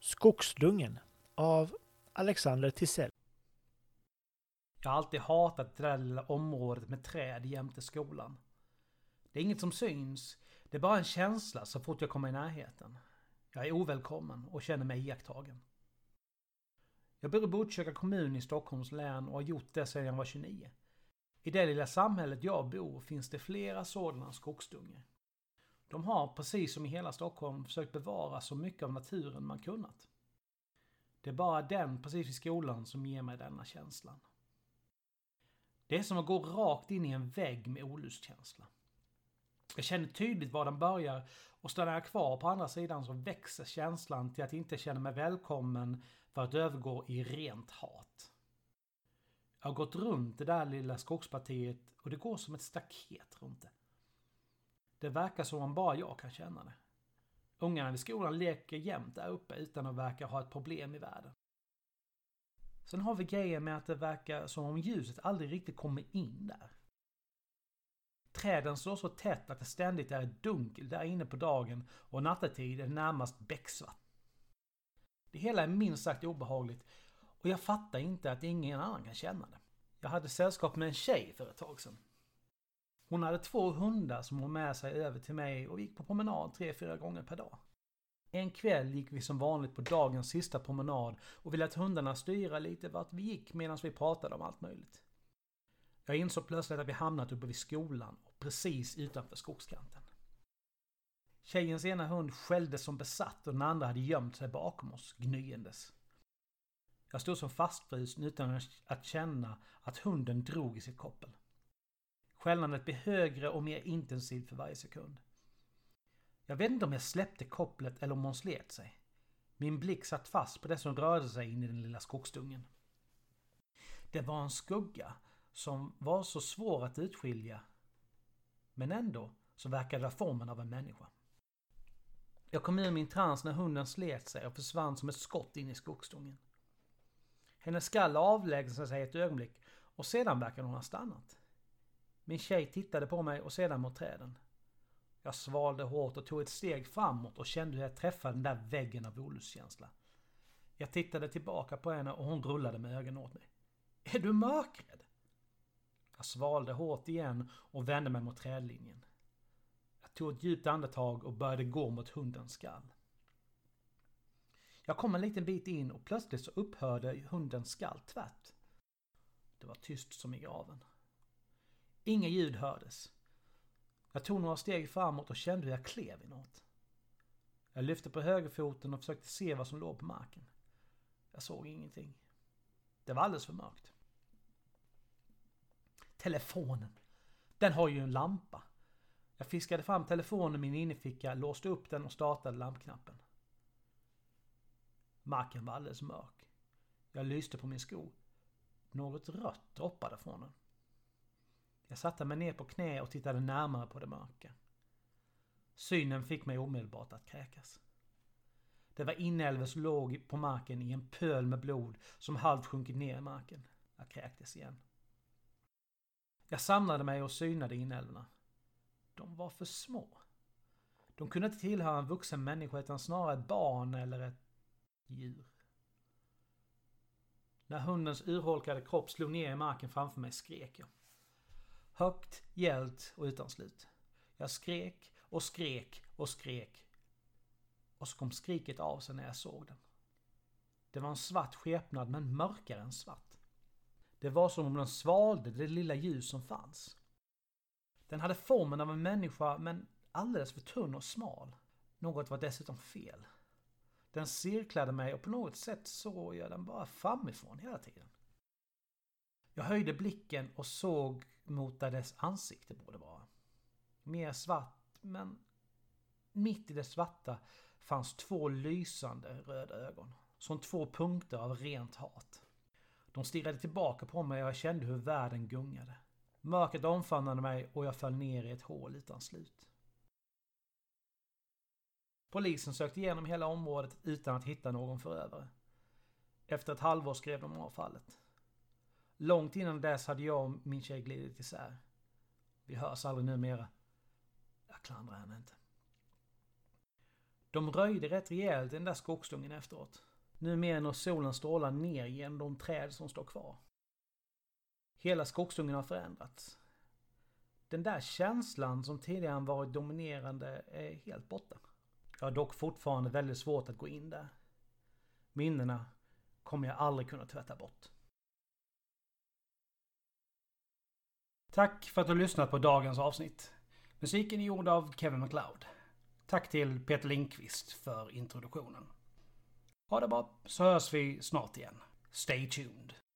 Skogsdungen av Alexander Tisell. Jag har alltid hatat det där lilla området med träd jämte skolan. Det är inget som syns, det är bara en känsla så fort jag kommer i närheten. Jag är ovälkommen och känner mig iakttagen. Jag bor i Botkyrka kommun i Stockholms län och har gjort det sedan jag var 29. I det lilla samhället jag bor finns det flera sådana skogsdungar. De har, precis som i hela Stockholm, försökt bevara så mycket av naturen man kunnat. Det är bara den precis vid skolan som ger mig denna känslan. Det är som att gå rakt in i en vägg med olustkänsla. Jag känner tydligt var den börjar och stannar jag kvar på andra sidan så växer känslan till att inte känna mig välkommen för att övergå i rent hat. Jag har gått runt det där lilla skogspartiet och det går som ett staket runt det. Det verkar som om bara jag kan känna det. Ungarna vid skolan leker jämt där uppe utan att verka ha ett problem i världen. Sen har vi grejer med att det verkar som om ljuset aldrig riktigt kommer in där. Träden står så tätt att det ständigt är ett dunkel där inne på dagen och nattetid är det närmast becksvart. Det hela är minst sagt obehagligt och jag fattar inte att ingen annan kan känna det. Jag hade sällskap med en tjej för ett tag sedan. Hon hade 2 hundar som hon med sig över till mig och gick på promenad 3-4 gånger per dag. En kväll gick vi som vanligt på dagens sista promenad och vi lät hundarna styra lite vart vi gick medan vi pratade om allt möjligt. Jag insåg plötsligt att vi hamnat uppe vid skolan och precis utanför skogskanten. Tjejens ena hund skällde som besatt och den andra hade gömt sig bakom oss, gnyendes. Jag stod som fastfrysen utan att känna att hunden drog i sitt koppel. Skällandet blev högre och mer intensivt för varje sekund. Jag vet inte om jag släppte kopplet eller om hon slet sig. Min blick satt fast på det som rörde sig in i den lilla skogsdungen. Det var en skugga som var så svår att utskilja. Men ändå så verkade det formen av en människa. Jag kom ur min trans när hunden slet sig och försvann som ett skott in i skogsdungen. Hennes skall avlägsnade sig ett ögonblick och sedan verkade hon ha stannat. Min tjej tittade på mig och sedan mot träden. Jag svalde hårt och tog ett steg framåt och kände hur jag träffade den där väggen av olustkänsla. Jag tittade tillbaka på henne och hon rullade med ögonen åt mig. Är du mörkrädd? Jag svalde hårt igen och vände mig mot trädlinjen. Jag tog ett djupt andetag och började gå mot hundens skall. Jag kom en liten bit in och plötsligt så upphörde hundens skall tvärt. Det var tyst som i graven. Inga ljud hördes. Jag tog några steg framåt och kände hur jag klev i något. Jag lyfte på högerfoten och försökte se vad som låg på marken. Jag såg ingenting. Det var alldeles för mörkt. Telefonen. Den har ju en lampa. Jag fiskade fram telefonen i min innerficka, låste upp den och startade lampknappen. Marken var alldeles mörk. Jag lyste på min sko. Något rött droppade från den. Jag satte mig ner på knä och tittade närmare på det mörka. Synen fick mig omedelbart att kräkas. Det var inälves låg på marken i en pöl med blod som halvt sjunkit ner i marken. Jag kräktes igen. Jag samlade mig och synade inälvorna. De var för små. De kunde inte tillhöra en vuxen människa utan snarare ett barn eller ett djur. När hundens urholkade kropp slog ner i marken framför mig skrek jag. Högt, gällt och utan slut. Jag skrek och skrek och skrek. Och så kom skriket av sig när jag såg den. Det var en svart skepnad men mörkare än svart. Det var som om den svalde det lilla ljus som fanns. Den hade formen av en människa men alldeles för tunn och smal. Något var dessutom fel. Den cirklade mig och på något sätt såg jag den bara framifrån hela tiden. Jag höjde blicken och såg mot där dess ansikte borde vara. Mer svart, men mitt i det svarta fanns 2 lysande röda ögon. Som 2 punkter av rent hat. De stirrade tillbaka på mig och jag kände hur världen gungade. Mörkret omfamnade mig och jag föll ner i ett hål utan slut. Polisen sökte igenom hela området utan att hitta någon förövare. Efter ett halvår skrev de av fallet. Långt innan dess hade jag och min tjej glidit isär. Vi hörs aldrig numera. Jag klandrar henne inte. De röjde rätt rejält den där skogsdungen efteråt. Nu mer när solen strålar ner genom de träd som står kvar. Hela skogsdungen har förändrats. Den där känslan som tidigare varit dominerande är helt borta. Jag har dock fortfarande väldigt svårt att gå in där. Minnena kommer jag aldrig kunna tvätta bort. Tack för att du har lyssnat på dagens avsnitt. Musiken är gjord av Kevin MacLeod. Tack till Peter Lindqvist för introduktionen. Ha det bra, så hörs vi snart igen. Stay tuned.